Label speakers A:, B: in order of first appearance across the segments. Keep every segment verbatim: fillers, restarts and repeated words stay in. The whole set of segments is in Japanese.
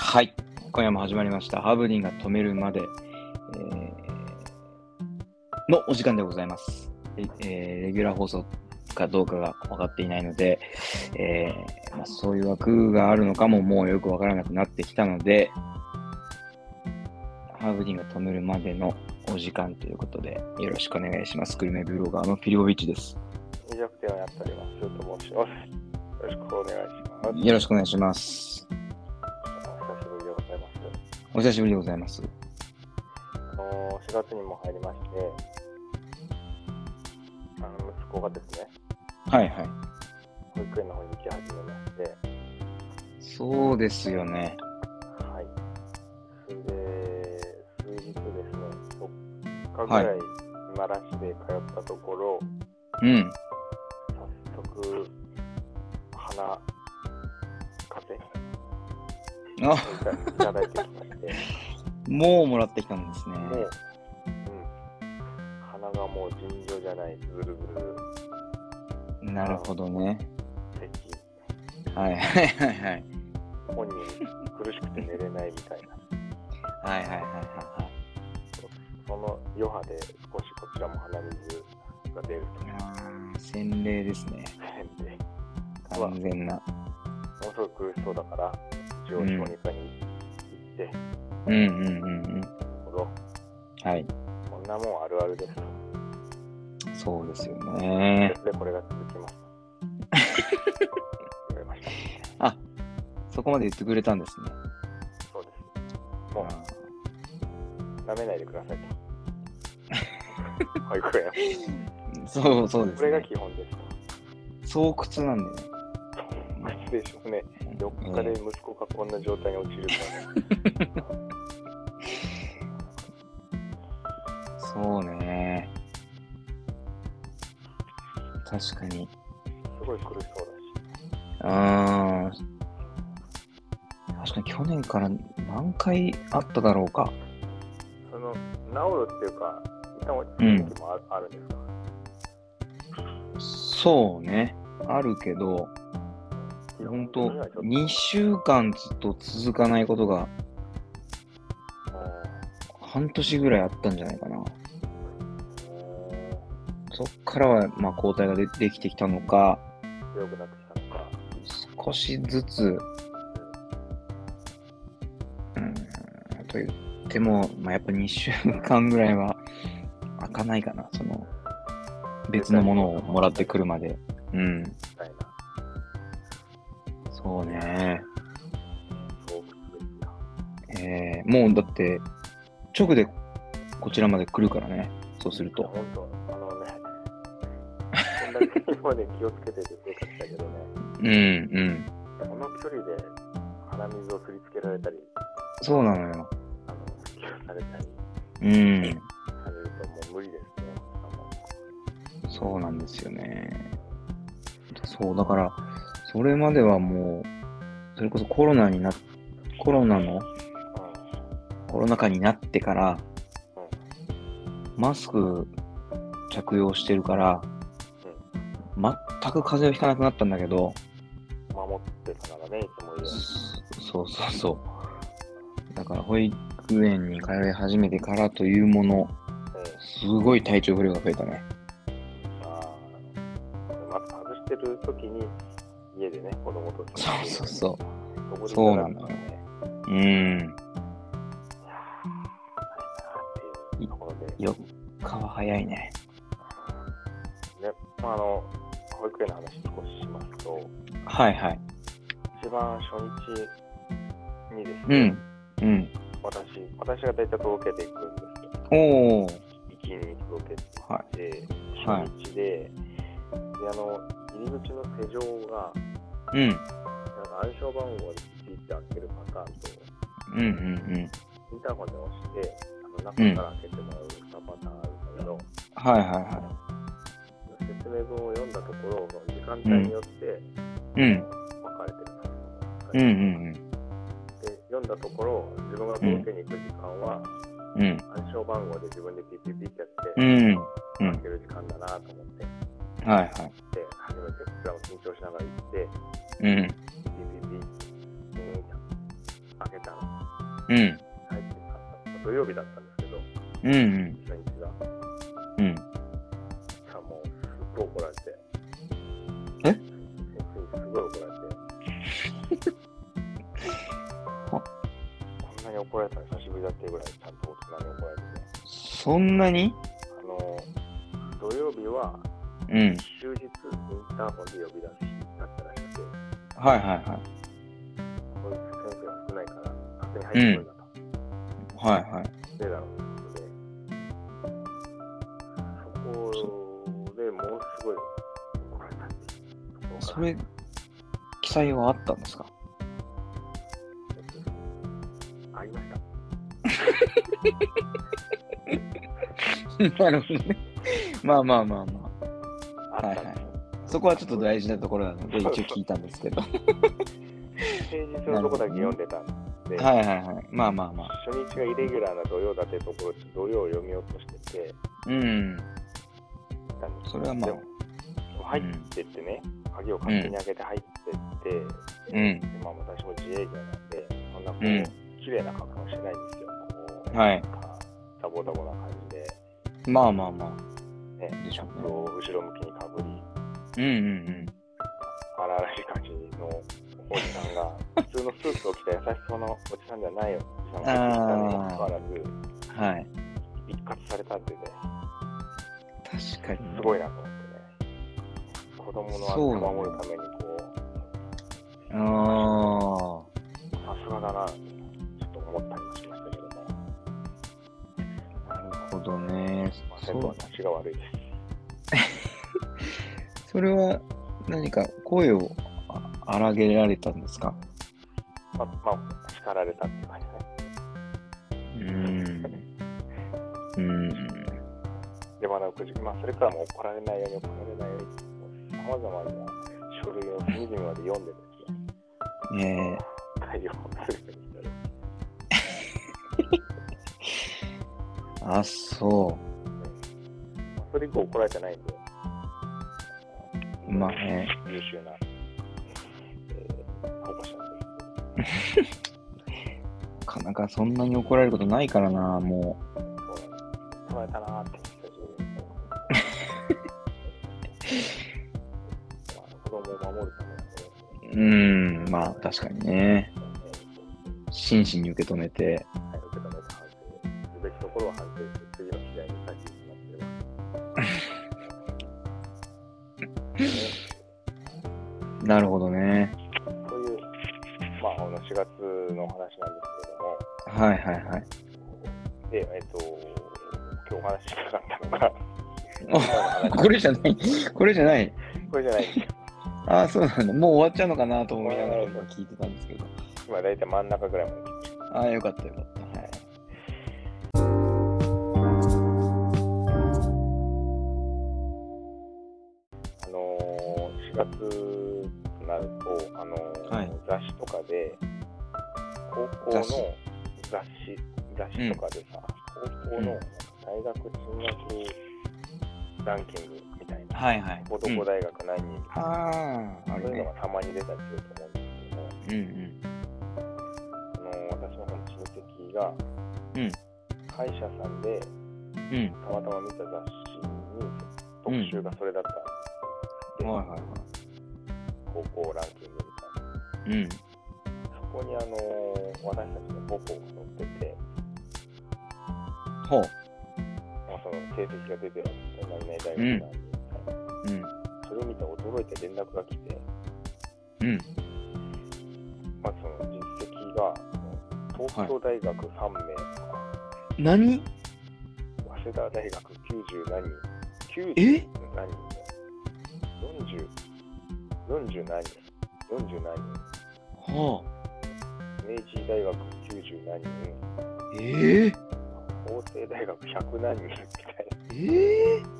A: はい。今夜も始まりました。ハーブディンが止めるまで、えーのお時間でございます。えーレギュラー放送かどうかが分かっていないので、えーまあ、そういう枠があるのかももうよく分からなくなってきたので、ハーブディンが止めるまでのお時間ということで、よろしくお願いします。グルメブロガーのフィリボビッチです。
B: 飲食店をやっております。と申します。よろしくお願いします。
A: よろしくお願いします。
B: お久しぶりでございます。
A: お久しぶりでございます。
B: あのしがつにも入りまして、あの息子がですね、
A: はいはい。
B: 保育園の方に行き始めまして、
A: そうですよね。
B: はい。それで、数日ですね、よっかぐらい今らしで通ったところ、
A: うん。
B: 早速、鼻風
A: あ、
B: 邪いただいてきまして、
A: もうもらってきたんですね。
B: もう、うん、鼻がもう尋常じゃない、ズルズル。
A: なるほどね。
B: 咳、
A: はいはいはいはい。
B: 本人苦しくて寝れないみたいな。
A: はいはいはいは
B: その余波で少しこちらも鼻水が出ると
A: い。ああ、洗礼ですね。
B: 変で、
A: 完全な。
B: ものすごく苦しそうだから、一応小児科に行って、
A: うんうんうんうん。
B: ところ、
A: はい。
B: こんなもんあるあるですと。
A: そうですよね。
B: で、これが続きます。言われました。
A: あ、そこまで言ってくれたんですね。
B: そうです。もう、舐めないでくださいと。保育園。
A: そうそうですね。
B: これが基本ですと。
A: 巣窟なんでね。
B: そうでしょうね。よっかで息子がこんな状態に陥るとはね。
A: そうね。確かに。
B: すごい苦しそうだし。
A: ああ。確かに去年から何回あっただろうか。
B: その治るっていうか、一旦落ち着く時もある,、あるんですか？
A: そうね。あるけど、ほんと、にしゅうかんずっと続かないことが、半年ぐらいあったんじゃないかな。そっからは、まあ、抗体がでできてきたのか、
B: 強くなってきたのか。
A: 少しずつ、うん、と言っても、まあ、やっぱにしゅうかんぐらいは開かないかな。その、別のものをもらってくるまで。うん。
B: みたいな。
A: そうね。
B: そうですよ。
A: えー、もうだって、直でこちらまで来るからね。そうすると。
B: 本当、あのね、こんだけ今まで気をつけてて生活だけどね、
A: うんうん。
B: この距離で鼻水をすりつけられたり、
A: そうなのよ。
B: あの、吸収されたり
A: うん。
B: されるともう無理ですね。
A: そうなんですよね。そう、だから、それまではもう、それこそコロナにな、コロナの、コロナ禍になってから、マスク着用してるから、全く風邪をひかなくなったんだけど、
B: 守ってたからね、いつも言うよ
A: そうそうそう。だから保育園に通い始めてからというもの、すごい体調不良が増えたね。
B: ああ、マスク外してる時に家でね、子供と
A: そうそうそう。
B: う。
A: そうなんだよね。うん。よっかは早いね。
B: ね、まあ、あの、保育園の話少ししますと、
A: はいはい。
B: 一番初日にです
A: う
B: ね、
A: ん。うん。
B: 私、私が大体届けていくんですよ。
A: おー。
B: 行きに届けていって、
A: はい
B: 初日で、で、あの、入り口の手錠が、
A: うん。
B: なんか暗証番号でピッて開けるパターンと、
A: うんうんうん。
B: インターホンで押して、あの中から開けてもらうにパターンあるんだけど、
A: はいはいは
B: 説明文を読んだところ、時間帯によって
A: い。うん。
B: 分かれてると。
A: うんうん
B: で、読んだところ、自分が届けに行く時間は、
A: うん。うん。
B: 暗証番号で自分でピッピッピッってやって、
A: うん。うん。
B: 開ける時間だなと思って、
A: はいはい。
B: で、初めてこちらも緊張しながら行って、
A: うん。
B: ピッピッピッピッって開けたの。
A: うん。
B: 入って買った土曜日だったんですけど、
A: うんうん。
B: 初日が。
A: うん。
B: じゃあもうすっごい怒られて。
A: え？
B: 先生にすごい怒られて。こんなに怒られたの久しぶりだっていうぐらいちゃんと大人に怒られて。
A: そんなに？
B: あの、土曜日は、
A: うん。
B: 終日インターホンで呼び出す日だったらしくて、
A: はいはいはい。
B: こいつ先生が少ないから勝手に入ってこいだと。
A: うん、はいはい。
B: でだろうということで、そこでもうすごい怒られたっていうところ
A: それ、記載はあったんですか？
B: ありました。
A: なるほどね。まあまあまあまあ。はいはい。
B: あったんですよ。
A: そこはちょっと大事なところなので、一応聞いたんですけど。
B: 平日のとこだけ読んでたんで、
A: はいはいはい。まあまあまあ。
B: 初日がイレギュラーな土曜だってところ、土曜を読み落としてて、
A: うん。
B: たんです
A: それはまあ。
B: でも入ってってね、鍵を勝手に開けて入ってって、
A: うん。
B: まあ私も自営業なんで、そんなこう、
A: うん
B: 綺麗な格好しないんですよ。こう
A: はい
B: なんかダボダボな感じで、
A: まあまあまあ。
B: ね、
A: でしょうね
B: シャツを後ろ向きにかぶり、
A: うんうん
B: 荒々しい感じのおじさんが、普通のスーツを着た優しそうなおじさんじゃないおじさんが入ってきたにもかかわらず、
A: うん。はい。
B: 一括されたんでね、
A: 確かに。
B: すごいなと思ってね、子供の安全を守るためにこう、
A: ああ。
B: さすがだなとちょっと思ったりもしましたけども、
A: なるほどね。
B: まあ、先生は立ちが悪いです。
A: それは何か声を荒げられたんですか？
B: まあ、まあ、叱られたっていう感じ
A: うーん。うーん。
B: で、まだくじ、まあ、それからも怒られないように怒られないように、さまざまな書類を隅々まで読んでですね、
A: ね
B: 対応するようにしたり。
A: え。あ、そ
B: それ以降怒られてないんで、
A: う。まあね。
B: 優秀な、えー、保護者です。
A: なかなかそんなに怒られることないからな、もう。
B: そうなんです。怒られたなーって久しぶりに。まあ、子供を守るために、
A: うーん、まあ確かにね。真摯に受け止めて。
B: はい、受け止めて反省すべきところは反省して、次の試合にさせてしまってれば。
A: なるほどね。
B: そういう、まあ、あのしがつの話なんですけれども、
A: はいはいはい。
B: で、えっと、今日お話ししたかったのが、
A: あ、これじゃない。これじゃない。
B: これじゃないんですよ。
A: ああ、そうなんだ。もう終わっちゃうのかなと思いながら今聞いてたんですけど。
B: 今、大体真ん中ぐらいまで来ました。
A: ああ、よかったよかった。はい。
B: あのー、しがつになると、あのー
A: はい
B: 雑誌とかで、高校の
A: 雑誌
B: 雑誌、雑誌とかでさ、高校のなんか大学進学ランキングみたいな、
A: はいはい。
B: どこどこ大学何人みたいな、
A: ああ、あるね。
B: そういうのがたまに出たりすると思うんですけども、
A: うんうん。
B: あのー、私の方の親戚が、
A: うん
B: 歯医者さんで
A: うん。
B: たまたま見た雑誌に特集がそれだったんですよ。
A: はいはいはい。
B: 高校ランキングみたいな。
A: うん。
B: そこにあのー、私たちの母校が載ってて、
A: ほう。
B: まあ、その成績が出てるんですよ、何々大学何人みたいな。
A: うん。
B: それを見て驚いて連絡が来て、
A: うん。
B: まずその実績が、東京大学さんめいとか、
A: 何？
B: 早稲田大学きゅうじゅう何人、きゅう
A: え
B: じゅう何人だよ、よんじゅう、よんじゅう何人、よんじゅう何人、
A: は
B: 明治大学きゅうじゅう何人、
A: あ。ええ
B: 法政大学ひゃく何人みたいな、
A: ええ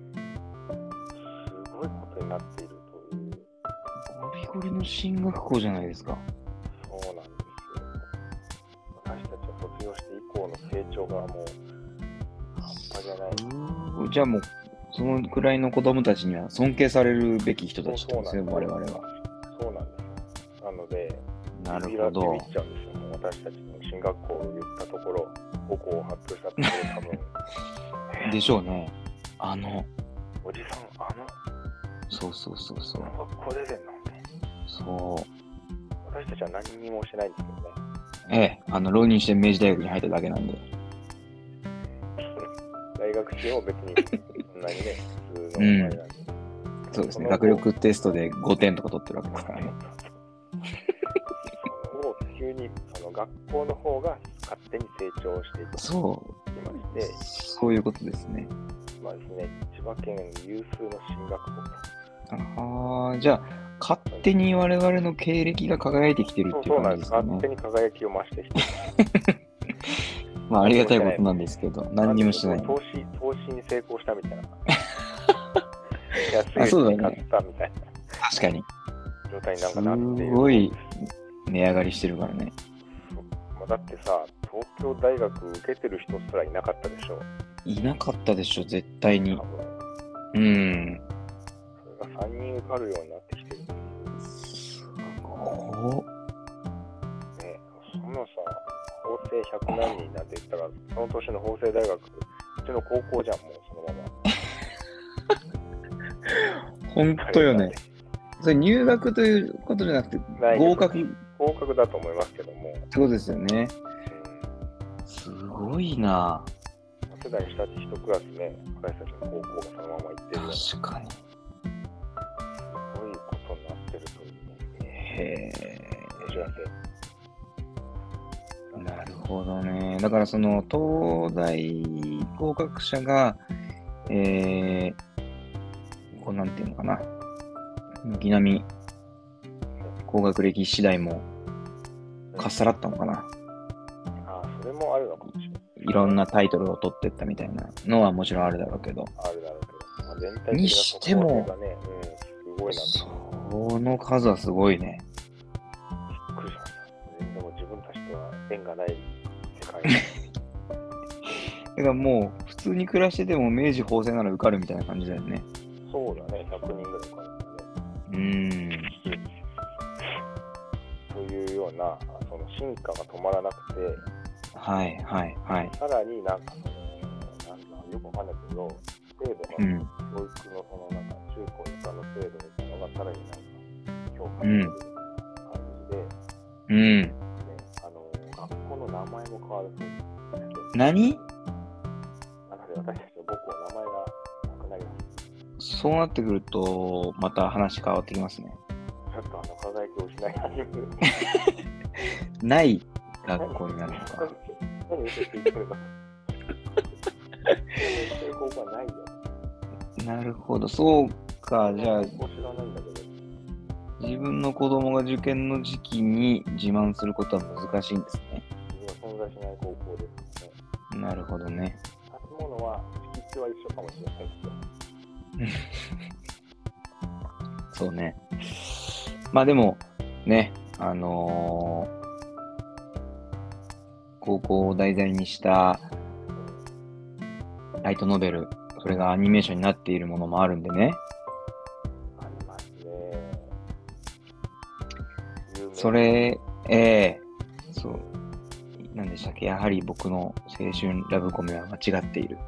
B: すごいことになっているという。
A: ゴリゴリの進学校じゃないですか。
B: そうなんですよ。私たちは卒業して以降の成長がもう半端じゃない。
A: うーじゃあもう、そのくらいの子供たちには尊敬されるべき人たち
B: そう
A: ですね、我々は。
B: そうなんですよ。なので、
A: なる
B: ビビら
A: ほど
B: ビビっちゃうんですよ、もう私たちの進学校を言ったところ、母校を発表したところ、多分
A: でしょうね。あの、
B: おじさん、あの、
A: そうそうそうそう。
B: 学校出てんのね。
A: そう。
B: 私たちは何にもしてないんですけどね。
A: ええ、あの、浪人して明治大学に入っただけなんで。
B: 大学生も別にそんなにね、普通の前なんで、うん。
A: そうですね。学力テストでごてんとか取ってるわけですからね。
B: その急にその学校の方が勝手に成長していきまして、
A: そうそういうことですね。
B: まあですね、千葉県有数の進学校
A: と。ああ、じゃあ、勝手に我々の経歴が輝いてきてるっていう感じですかね。
B: そうそうなんです。勝手に輝きを増してきて
A: まあ、ありがたいことなんですけど、何にもしてない。
B: 投資、投資に成功したみたいな。安いに買ったみたいな。
A: 確かに。
B: 状態になんかなっている。
A: すごい値上がりしてるからね。
B: まあ、だってさ、東京大学受けてる人すらいなかったでしょ。
A: いなかったでしょ、絶対に。うん。
B: それがさんにん受かるようになってきてる。
A: すごっ。
B: ね、そんなさ、法政ひゃくなんにんなんて言ったら、その年の法政大学、うちの高校じゃん、もうそのまま。
A: 本当よね。それ入学ということじゃなくて、合格。
B: 合格だと思いますけども。
A: ってことですよね。うん、すごいな。
B: 世代にしたって一クラスね、私たちの高校がそのまま行ってるような。
A: 確かに。
B: すごいことになってるというね。
A: へぇ
B: お知ら
A: せ。なるほどね。だからその東大合格者が、えー、こうなんていうのかな。軒並み高学歴次第もかっさらったのかな。
B: ああ、それもあるのかもしれない。
A: いろんなタイトルを取ってったみたいなのはもちろんあるだろうけど。
B: あるだろうけど。まあ、全体的な
A: にしても、
B: ね、うん、すごいな。
A: その数はすごいね。
B: びっくりしました。でも自分たちとは縁がない世界。
A: だからもう普通に暮らしてても明治法政なら受かるみたいな感じだよね。
B: そうだね、ひゃくにんぐらい受かるんだね。
A: うーん。
B: というような、その進化が止まらなくて、
A: はいはいはい。
B: さらになんかその、なんだよくわかんないけど、制度の、教育のそのなんか中高一貫の制度みたいなのがさらになんか強化される感じで、
A: うん。
B: ね、あの、学校の名前も変わるそうです。
A: 何？
B: なので私たちの母校名前がなくなります。
A: そうなってくると、また話変わってきますね。
B: ちょっとあの輝きを失い始める。
A: ない学校になるのか。
B: 何嘘ついてるの？高校はないよ。
A: なるほど、そうか、じゃあ、
B: 知らないんだけど。
A: 自分の子供が受験の時期に自慢することは難しいんですね。
B: 存在しない高校ですね。
A: なるほどね。
B: 建物は、敷地は一緒かもしれないけど。
A: そうね。まあでも、ね、あのー、高校を題材にしたライトノベル、それがアニメーションになっているものもあるんでね。
B: ありますね。
A: それ、ええー、そう。何でしたっけ？やはり僕の青春ラブコメは間違っている。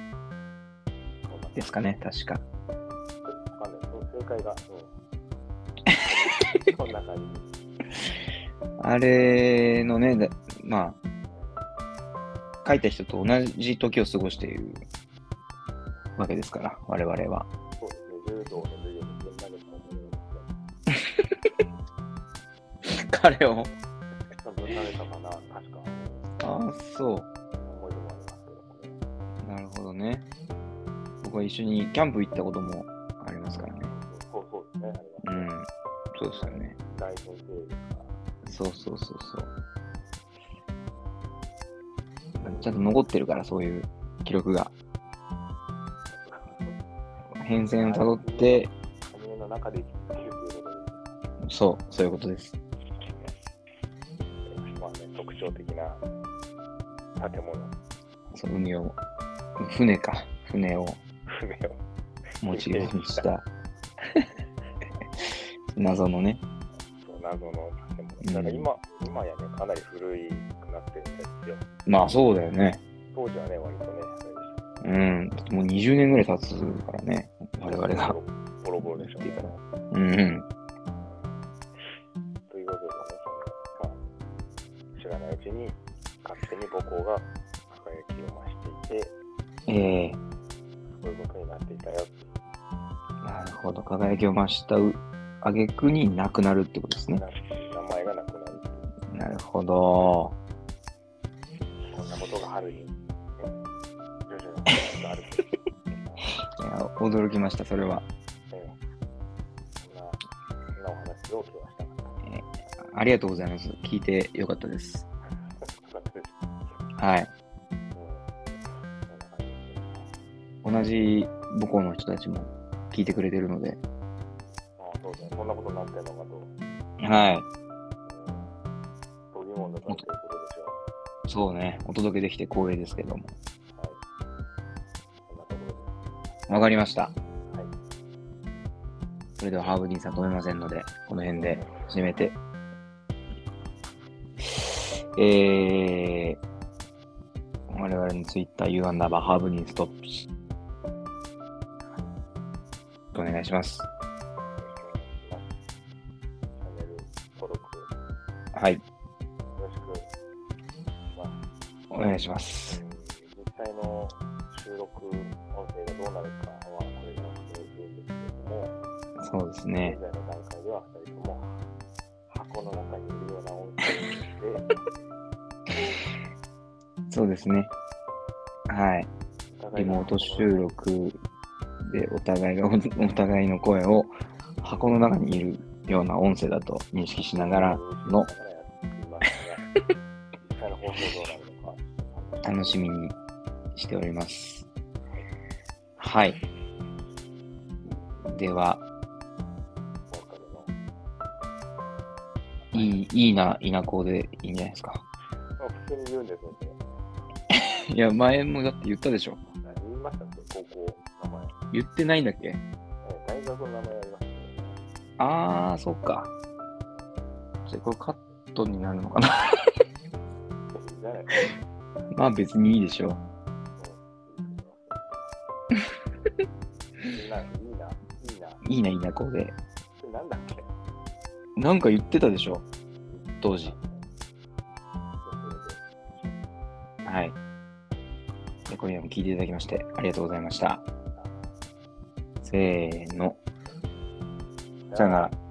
A: ですかね、確か。
B: わかんない。その正解が、うん、こんな感じ。
A: あれのね、まあ、書いた人と同じ時を過ごしているわけですから、我々は。
B: そうですね、柔道の授業でぶん投げた思いですね。
A: 彼を。
B: ぶん投げたかな、確か。
A: ああ、そう。
B: 思い出もありますけどもね。
A: なるほどね。僕は一緒にキャンプ行ったこともありますからね。
B: そうそうですね、あります。
A: うん、そうですよね。
B: 大先生ですから。
A: そうそうそうそう。ちゃんと残ってるから、そういう記録が。変遷をたどって、
B: アニメの中で生きているということです。
A: そう、そういうことです。
B: まあね、特徴的な建物。
A: そう、海を、船か、船を、
B: 船を
A: モチーフにした謎のね。
B: そう謎の建物。だから今、うん、今やね、かなり古いくなってるんですよ。
A: まあそうだよね。
B: 当時はね、割とね、
A: うん、もうにじゅうねんぐらい経つからね、我々が。
B: ボロボロでしょうね。
A: うん。
B: ということでね、その、まあ、知らないうちに勝手に母校が輝きを増していて、
A: ええー、
B: そういうことになっていたよ。
A: なるほど、輝きを増した挙句になくなるってことですね。
B: 名前がなくなる。
A: なるほど。
B: こんなことが春に、ね、徐々にある。
A: いや、驚きました、それは。
B: ええ、そんな、そんなお話を今日はしたかった。
A: えー、ありがとうございます。聞いてよかったです。はい。うん、同じ母校の人たちも聞いてくれてるので。
B: ああ、そうですね。そんなことになってるのかと。
A: はい。
B: そういうもんだったということでしょ
A: う。そうね。お届けできて光栄ですけども。はい。
B: そんなところで。
A: わかりました。はい。それではハーブディーンさん止めませんので、この辺で締めて。えー、我々のツイッター U アンダーバーハーブディーンストップし。お願いします。はい。よ
B: ろしく
A: お願いします。
B: 実際の収録音声がどうなるかはこれから確認するんですけれども、
A: そうですね。
B: 現在の段階ではふたりとも箱の中にいるような音声で
A: そうですね。はい。リモート収録でお互いがお互いの声を箱の中にいるような音声だと認識しながらの楽しみにしております。はい。では、いい、いいな、いなこでいいんじゃないですか。
B: 普通に言うんですよね。
A: いや、前もだって言ったでしょ。
B: 言いましたっけ、高校名前。
A: 言ってないんだっけ？
B: 大学の名前ありますね。
A: あー、そっか。じゃあこれカットになるのかな。まあ別にいいでしょう。
B: いいな、いいな、いいな。
A: いいな、いいな、こうで。
B: なんだっけ？
A: なんか言ってたでしょ、当時。はい。で、今夜も聞いていただきましてありがとうございました。せーの。さよなら。